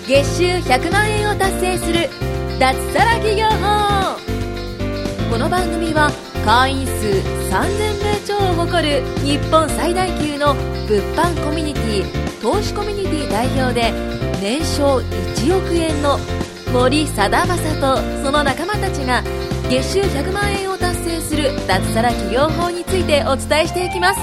月収100万円を達成する脱サラ企業法。この番組は会員数3000名超を誇る日本最大級の物販コミュニティ投資コミュニティ代表で年商1億円の森貞正とその仲間たちが月収100万円を達成する脱サラ企業法についてお伝えしていきます。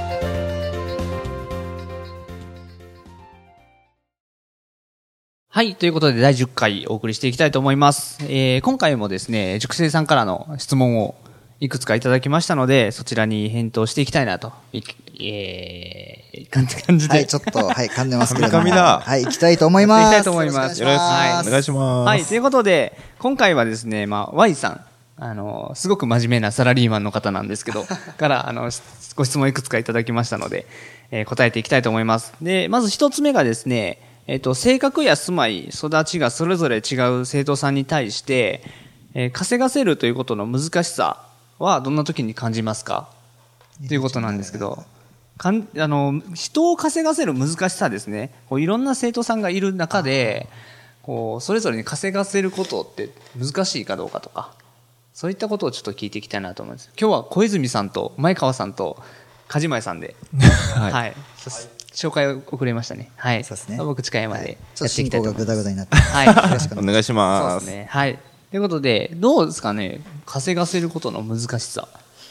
はい。ということで、第10回お送りしていきたいと思います。今回もですね、塾生さんからの質問をいくつかいただきましたので、そちらに返答していきたいなと。感じで。 はい、ちょっと、はい、噛んでますけれども。 神々だ。 はい、行きたいと思います。 行きたいと思います。 よろしくお願いします。 はい。ということで、今回はですね、Y さん、すごく真面目なサラリーマンの方なんですけど、から、ご質問いくつかいただきましたので、答えていきたいと思います。で、まず一つ目がですね、性格や住まい、育ちがそれぞれ違う生徒さんに対して、稼がせるということの難しさはどんな時に感じますかということなんですけど、人を稼がせる難しさですね。こういろんな生徒さんがいる中で、こうそれぞれに稼がせることって難しいかどうかとか、そういったことをちょっと聞いていきたいなと思います。今日は小泉さんと前川さんと梶前さんで、はい。紹介遅れましたね。はい。 そうですね。 僕近いまでやっていきたいと思います。 進行がぐだぐだになって。 はい。 お願いします。 そうですね。はい。ということで、どうですかね、稼がせることの難しさ。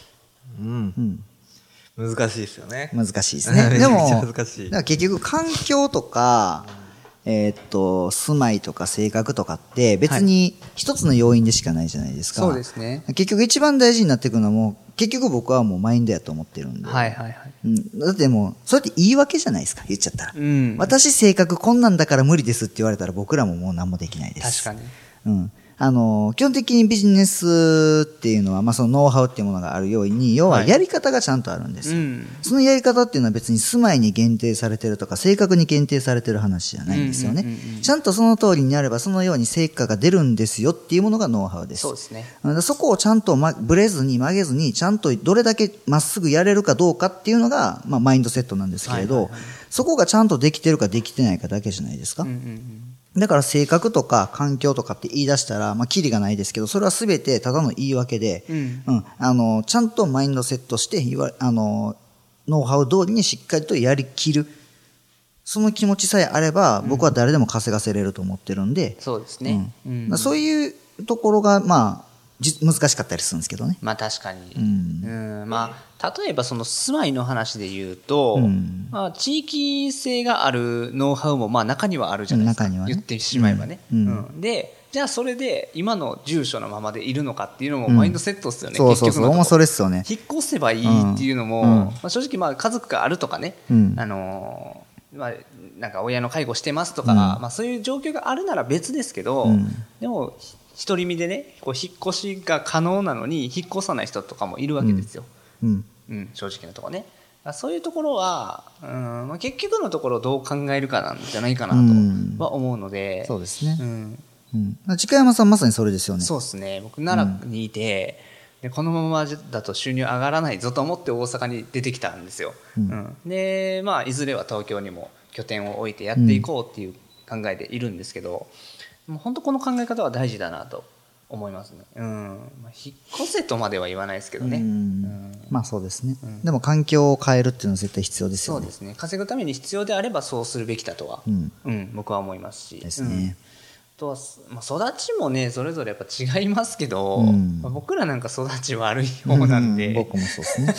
難しいですよね。 難しいですね。でも、 難しい。 だから結局環境とか、住まいとか性格とかって別に一つの要因でしかないじゃないですか。 そうですね。 結局一番大事になってくるのはもう、結局僕はもうマインドやと思ってるんで。 はいはいはい。 だってもう、それって言い訳じゃないですか、言っちゃったら。私性格こんなんだから無理ですって言われたら僕らももう何もできないです。 確かに。基本的にビジネスっていうのは、そのノウハウっていうものがあるように、要はやり方がちゃんとあるんですよ。そのやり方っていうのは別に住まいに限定されてるとか、性格に限定されてる話じゃないんですよね。ちゃんとその通りにやれば、そのように成果が出るんですよっていうものがノウハウです。 そうですね。 そこをちゃんとブレずに曲げずに、ちゃんとどれだけまっすぐやれるかどうかっていうのが、マインドセットなんですけれど、そこがちゃんとできてるかできてないかだけじゃないですか。だから性格とか環境とかって言い出したら、キリがないですけど、それは全てただの言い訳で、ちゃんとマインドセットして、ノウハウ通りにしっかりとやりきる。その気持ちさえあれば、僕は誰でも稼がせれると思ってるんで、 そうですね。 そういうところが、難しかったりするんですけどね。 確かに。例えばその住まいの話で言うと、地域性があるノウハウも中にはあるじゃないですか。言ってしまえばね。で、じゃあそれで今の住所のままでいるのかっていうのもマインドセットですよね。 そうそうそう、それっすよね。 引っ越せばいいっていうのも、正直家族があるとかね、なんか親の介護してますとか、そういう状況があるなら別ですけど、でも独り身でね、こう引っ越しが可能なのに引っ越さない人とかもいるわけですよ。正直なところね。そういうところは、結局のところどう考えるかなんじゃないかなとは思うので。 そうですね。近山さんまさにそれですよね。 そうですね。僕奈良にいて、でこのままだと収入上がらないぞと思って大阪に出てきたんですよ。で、いずれは東京にも拠点を置いてやっていこうっていう考えでいるんですけど、もう本当この考え方は大事だなと思いますね。引っ越せとまでは言わないですけどね。 そうですね。でも環境を変えるっていうのは絶対必要ですよね。 そうですね。稼ぐために必要であればそうするべきだとは、僕は思いますし。 ですね。 あとは、育ちもねそれぞれやっぱ違いますけど、僕らなんか育ち悪い方なんで、 僕もそうですね。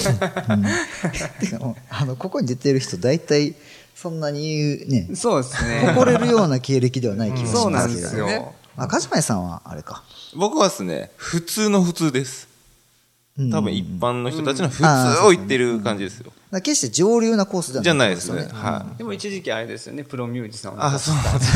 ここに出てる人大体そんなにね、 そうですね、 誇れるような経歴ではない気がしますけど、 そうなんですよ。 梶前さんはあれか。 僕はですね、普通の普通です。多分一般の人たちの普通を言ってる感じですよ。 決して上流なコースじゃないですね。 でも一時期あれですよね、プロミュージシャン。 そう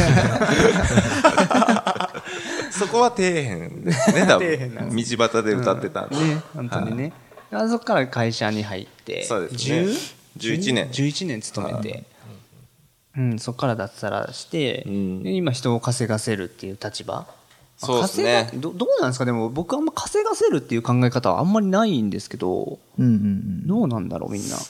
そこは底辺ですね、多分。道端で歌ってたんで。 本当にね。そこから会社に入って、 そうですね。 11年勤めて、そこから脱サラして、今人を稼がせるっていう立場。 そうですね。 どうなんですか。でも僕あんま稼がせるっていう考え方はあんまりないんですけど、どうなんだろうみんな。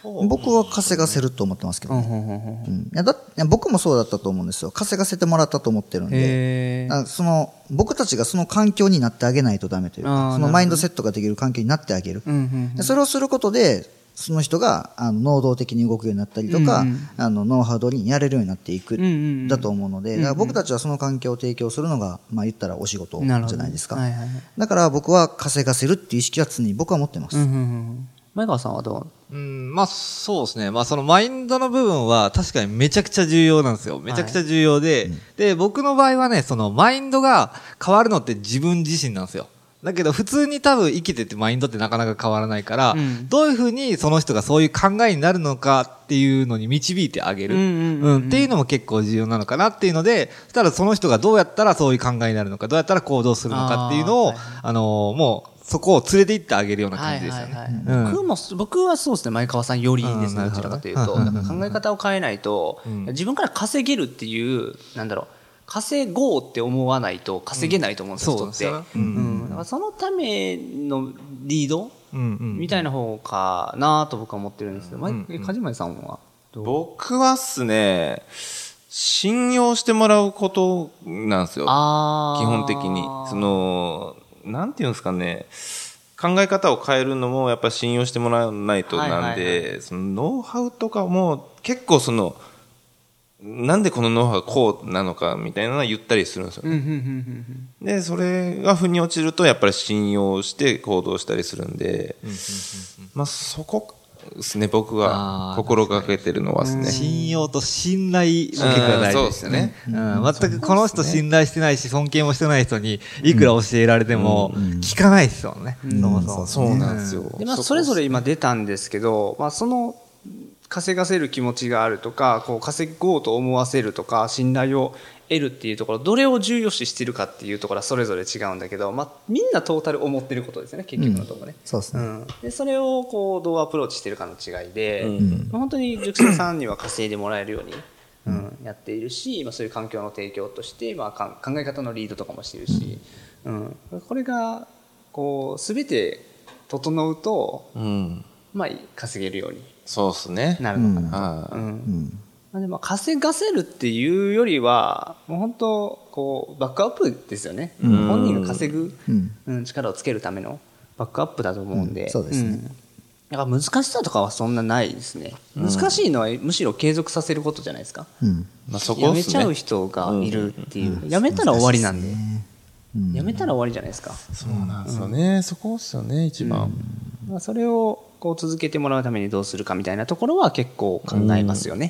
僕は稼がせると思ってますけどね。いや僕もそうだったと思うんですよ。稼がせてもらったと思ってるんで。僕たちがその環境になってあげないとダメというか、そのマインドセットができる環境になってあげる。それをすることで、その人が能動的に動くようになったりとか、ノウハウ通りにやれるようになっていくだと思うので、だから僕たちはその環境を提供するのが、まあ言ったらお仕事じゃないですか。だから僕は稼がせるっていう意識は常に僕は持ってます。 前川さんはどう？ まあそうですね。まあそのマインドの部分は確かにめちゃくちゃ重要なんですよ。めちゃくちゃ重要で、で、僕の場合はね、そのマインドが変わるのって自分自身なんですよ。だけど普通に多分生きててマインドってなかなか変わらないから、どういうふうにその人がそういう考えになるのかっていうのに導いてあげる、っていうのも結構重要なのかなっていうので、そしたらその人がどうやったらそういう考えになるのか、どうやったら行動するのかっていうのを、もうそこを連れて行ってあげるような感じですよね。 僕はそうですね、前川さんよりですね、どちらかというと。だから考え方を変えないと、自分から稼げるっていう、なんだろう、稼ごうって思わないと稼げないと思うんですよ、人って。だからそのためのリードみたいな方かなと僕は思ってるんですけど、梶前さんはどう？ 僕はっすね、信用してもらうことなんですよ。基本的に。なんていうんですかね、考え方を変えるのもやっぱり信用してもらわないとなんで、そのノウハウとかも結構なんでこのノウハウがこうなのかみたいなのは言ったりするんですよね。で、それが腑に落ちるとやっぱり信用して行動したりするんで、まあそこですね、僕が心がけてるのはですね。 信用と信頼の結果が大事ですよね。全くこの人信頼してないし尊敬もしてない人にいくら教えられても聞かないですよね。 そうなんですよ。 で、まあそれぞれ今出たんですけど、まあその稼がせる気持ちがあるとか、こう稼ごうと思わせるとか、信頼を得るっていうところ、どれを重要視してるかっていうところはそれぞれ違うんだけど、まあみんなトータル思ってることですよね、結局のところね。 そうですね。 でそれをこうどうアプローチしてるかの違いで、本当に塾生さんには稼いでもらえるように、やっているし、まあそういう環境の提供として、まあ考え方のリードとかもしてるし、これがこう全て整うと、まあ稼げるように。 そうですね。 なるのかなと。でも稼がせるっていうよりは、もう本当こうバックアップですよね。本人が稼ぐ、力をつけるためのバックアップだと思うんで。 そうですね。 だから難しさとかはそんなないですね。難しいのはむしろ継続させることじゃないですか。 まあそこやめちゃう人がいるっていう。やめたら終わりなんで。やめたら終わりじゃないですか。 そうなんですよね。そこですよね、一番。 それをこう続けてもらうためにどうするかみたいなところは結構考えますよね。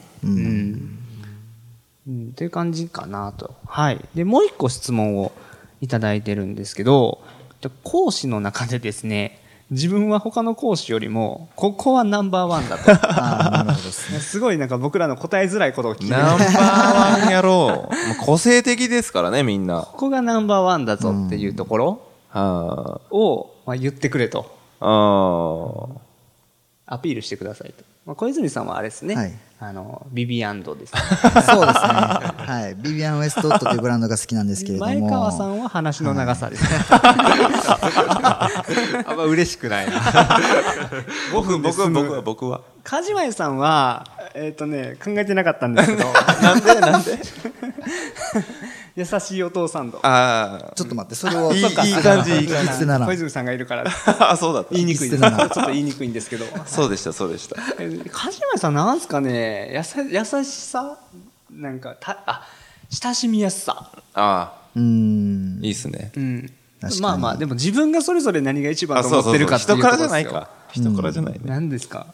っていう感じかなと。はい。で、もう一個質問をいただいてるんですけど、講師の中でですね、自分は他の講師よりも、ここはナンバーワンだと。 なるほどですね。 すごいなんか僕らの答えづらいことを聞いてナンバーワンやろう。個性的ですからね、みんな。 ここがナンバーワンだぞっていうところを、まあ、言ってくれと。アピールしてくださいと。まあ、小泉さんはあれですね。ビビアンドです、ね。 そうですね。はい。ビビアン・ウエストウッドというブランドが好きなんですけれども。 前川さんは話の長さです、 あんま嬉しくないな。 僕は。 梶前さんは、考えてなかったんですけど。 なんで優しいお父さんと。 ちょっと待って、それを。 いい感じ、いい感じ。 小泉さんがいるから。 そうだった。 言いにくいです。ちょっと言いにくいんですけど。 そうでした。 梶前さんなんすかね、優しさなんか、親しみやすさ。 いいっすね。 まあまあ、でも自分がそれぞれ何が一番と思ってるかっていうところですよ。 人からじゃないか。人からじゃないね。 何ですか？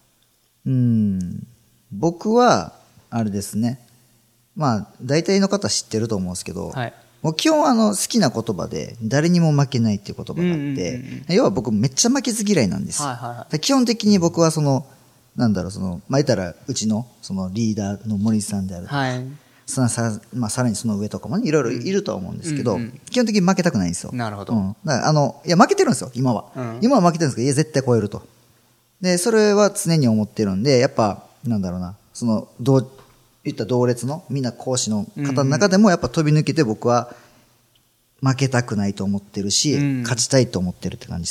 僕は、あれですね。まあ、大体の方知ってると思うんですけど、もう基本好きな言葉で、誰にも負けないっていう言葉があって、要は僕めっちゃ負けず嫌いなんです。基本的に僕はまあ、言ったら、うちの、リーダーの森さんであるとか、まあ、さらにその上とかもね、いろいろいるとは思うんですけど、基本的に負けたくないんですよ。 なるほど。 だからいや、負けてるんですよ、今は。今は負けてるんですけど、いや、絶対超えると。で、それは常に思ってるんで、やっぱ、言った同列のみんな講師の方の中でもやっぱ飛び抜けて僕は負けたくないと思ってるし、勝ちたいと思ってるって感じですね。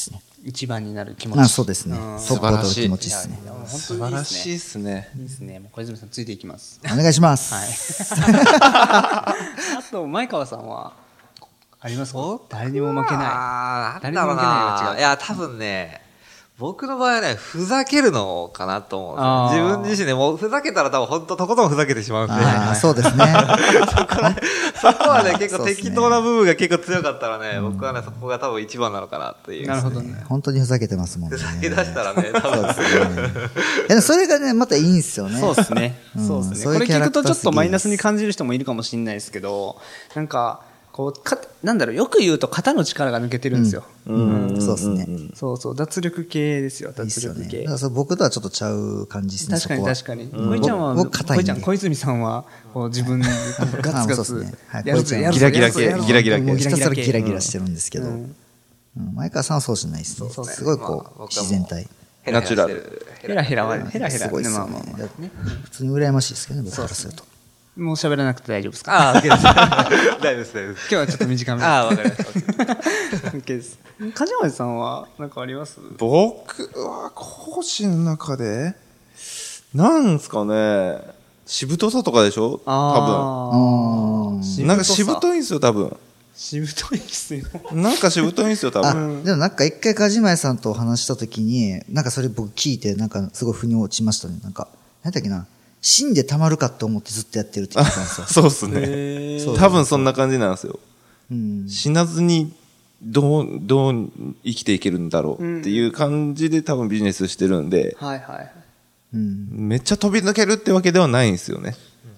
一番になる気持ち。 あ、そうですね。 うんトップを取る気持ちですね。 素晴らしいですね。 いいですね。もう小泉さんついていきます。 お願いします。 あと、前川さんは、ありますか？誰にも負けない。 あー、 誰なんだろうにも負けないは違う。 な。いや、多分ね、僕の場合はね、ふざけるのかなと思うんですあーよ。自分自身でもうふざけたら多分本当とことんふざけてしまうんで。 ああ、そうですね。 そこはね、結構そうっすね適当な部分が結構強かったらね、僕はね、そこが多分一番なのかなっていう。 なるほどね。 本当にふざけてますもんね。 ふざけ出したらね、多分。 いやそれがね、またいいんですよね。 そうですね。 うんそうですね。 そういうこれ聞くとちょっとマイナスにキャラクター好きです感じる人もいるかもしれないですけど、なんか、こう、なんだろう、よく言うと肩の力が抜けてるんですよ。 うん、そうですね。 そうそう、脱力系ですよ、 いいっ脱すよね。 力系だから。それ僕とはちょっとちゃう感じですね。 確かにそこは確かに。小井ちゃんは、 僕硬いんで小井ちゃん、小泉さんは、こう自分でガツガツそうですね。はい。 やるぞ、やるぞギラギラ系やるぞギラギラ系もうひたすら系ギラギラしてるんですけど、 うん前川さんはそうじゃないですね。 そうですすごいまあこう、 僕はもう自然体。 ナチュラル。 ヘラヘラは、ヘラヘラね、 すごいっすよまあまあまあ。 ね。普通に羨ましいですけどね、僕からすると。 もう喋らなくて大丈夫ですか？ ああ、OK です。大丈夫です、大丈夫です。 今日はちょっと短め。 ああ、わかりました。 OK です。梶森さんは何かあります？ 僕は講師の中で、なんすかね、しぶとさとかでしょ多あー分。なんかしぶといんですよ、多分。 しぶといっすよ。 なんかしぶといんですよ、多あ、 分。 でもなんか一回梶前さんとお話したときに、なんかそれ僕聞いて、なんかすごい腑に落ちましたね。なんか、何だっけな、死んでたまるかって思ってずっとやってるって言ってたんですよ。 そうっすね。 そう多分そんな感じなんですよ。 うん。 死なずにどう生きていけるんだろうっていう感じで多分ビジネスしてるんで、 はいはい。 うん。 めっちゃ飛び抜けるってわけではないんですよね。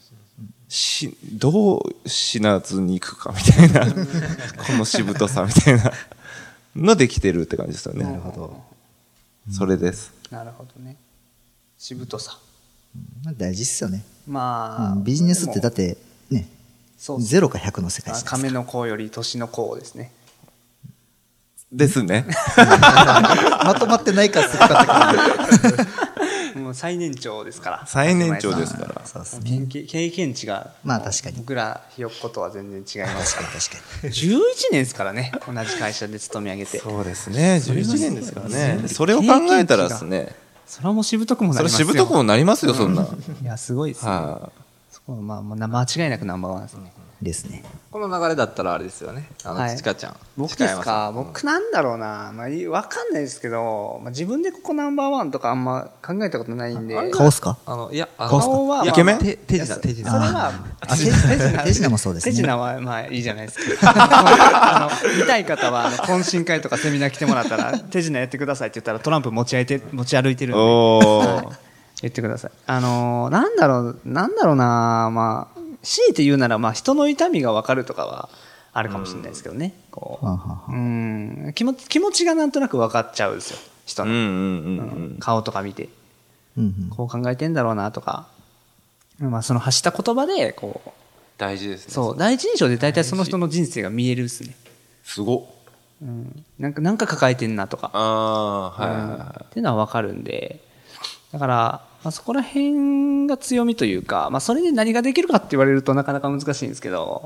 どう死なずに行くかみたいな、このしぶとさみたいなのできてるって感じですよね。なるほど。それです。 なるほどね。しぶとさ。 大事っすよね。 まあ、 うんビジネスってだって、ね、 そうっす 0か100の世界じゃないです亀の甲より年の甲ですね。 ですね。 か。まとまってないからすごかったけど。 もう最年長ですから。 最年長ですから。 そうですね。 経験値が、 まあ確かに僕らひよっことは全然違いますから。 確かに。 11年ですからね。同じ会社で勤め上げて。 そうですね。11年ですからね。それを考えたらですね。 それはもうしぶとくもなそれりますよ。 しぶとくもなりますよ、そんな。 いや、すごいですね。 はそこはまあ、間違いなくナンバーワンですね。 ですね。 この流れだったらあれですよね。 はいちかちゃん。 僕ですか？僕なんだろうな。まあ、わかんないですけど、まあ、自分でここナンバーワンとかあんま考えたことないんで。 顔っすか？ いや、 顔は、 イケメン手品、手品。 それは、 手品もそうですね手品はまあいいじゃないですか。見たい方は、懇親会とかセミナー来てもらったら、手品やってくださいって言ったらトランプ持ち歩いてるんで。 おー。 言ってください。なんだろうな、まあ、強いて言うなら、まあ、人の痛みが分かるとかはあるかもしれないですけどね。こはんはんはう、気持ちがなんとなく分かっちゃうんですよ。人の、 うんうんうん顔とか見て、 うんこう考えてんだろうなとか、まあ、その発した言葉で、こう、 大事ですね。 そう、第一印象で大体その人の人生が見えるですね。 すごっ。 なんか抱えてんなとか。 ああー、はいはいはっていうのは分かるんで、だから、まあ、そこら辺が強みというか、まあ、それで何ができるかって言われるとなかなか難しいんですけど、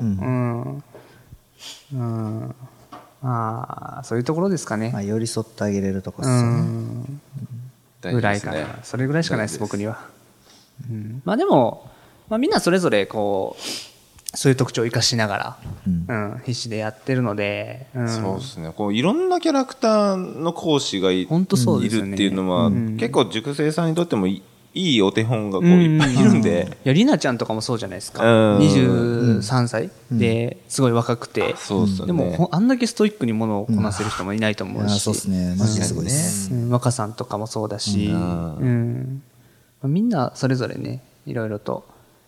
まあ、そういうところですかね。 まあ、寄り添ってあげれるとこっすよね。 い。 ぐらいかな。それぐらいしかないです、 大事僕には。まあでも、まあ、みんなそれぞれこう、そういう特徴を生かしながら、必死でやってるので、 そうですね。こういろんなキャラクターの講師がい本当そうですよねるっていうのは、結構塾生さんにとってもいいお手本がこういっぱいいるんで、 いや、りなちゃんとかもそうじゃないですか。 うん 23歳ですごい若くて。 そうっすよねでも、あんだけストイックにものをこなせる人もいないと思いうやし。 そうですね。マジですごいです。 若さんとかもそうだし、みんなそれぞれね、いろいろと。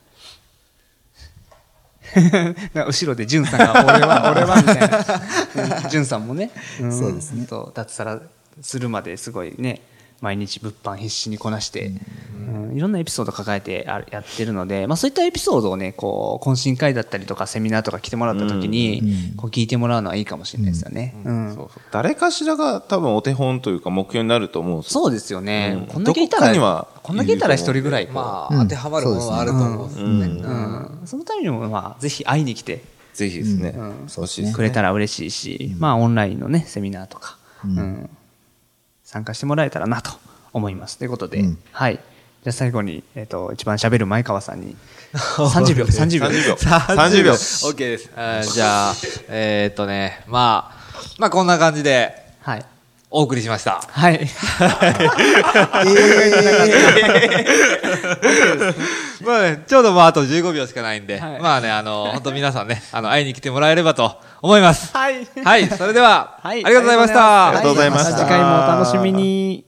後ろでジュンさんが、俺は、みたいな。ジュンさんもね、 そうですね。 脱サラするまですごいね、毎日物販必死にこなして、いろんなエピソード抱えてやってるので、まあ、そういったエピソードをね、こう懇親会だったりとかセミナーとか来てもらった時に、こう聞いてもらうのはいいかもしれないですよね。 そうそう誰かしらが多分お手本というか目標になると思うんですよ。 そうですよね。こんどだけいたこかにはら、こんだけいたら一人ぐらいこう、 まあ、当てはまるものはあると思うんですよね。 そのためにも、まあ、ぜひ会いに来てぜひですね。 そうですね。 くれたら嬉しいし、まあ、オンラインのね、セミナーとか、 参加してもらえたらなと思います。ということで、 うん、 はい。じゃあ最後に、一番喋る前川さんに、30秒、30秒。 30秒。 OK です。じゃあ、まあ、こんな感じで、 はい。 お送りしました。 はい。 まあね、ちょうどあと15秒しかないんで、 はい、 まあね、本当皆さんね、会いに来てもらえればと思います。 はい。 はい、それでは、 はい、 ありがとうございました。 ありがとうございました。 次回もお楽しみに。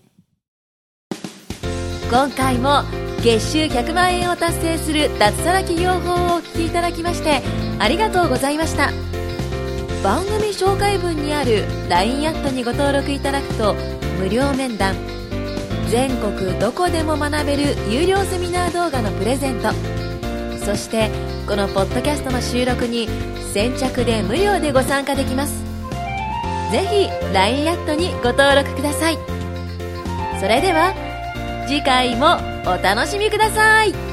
今回も月収100万円を達成する脱サラ企業法をお聞きいただきましてありがとうございました。番組紹介文にある LINE アットにご登録いただくと無料面談、全国どこでも学べる有料セミナー動画のプレゼント、そしてこのポッドキャストの収録に先着で無料でご参加できます。ぜひ LINE アットにご登録ください。それでは次回もお楽しみください。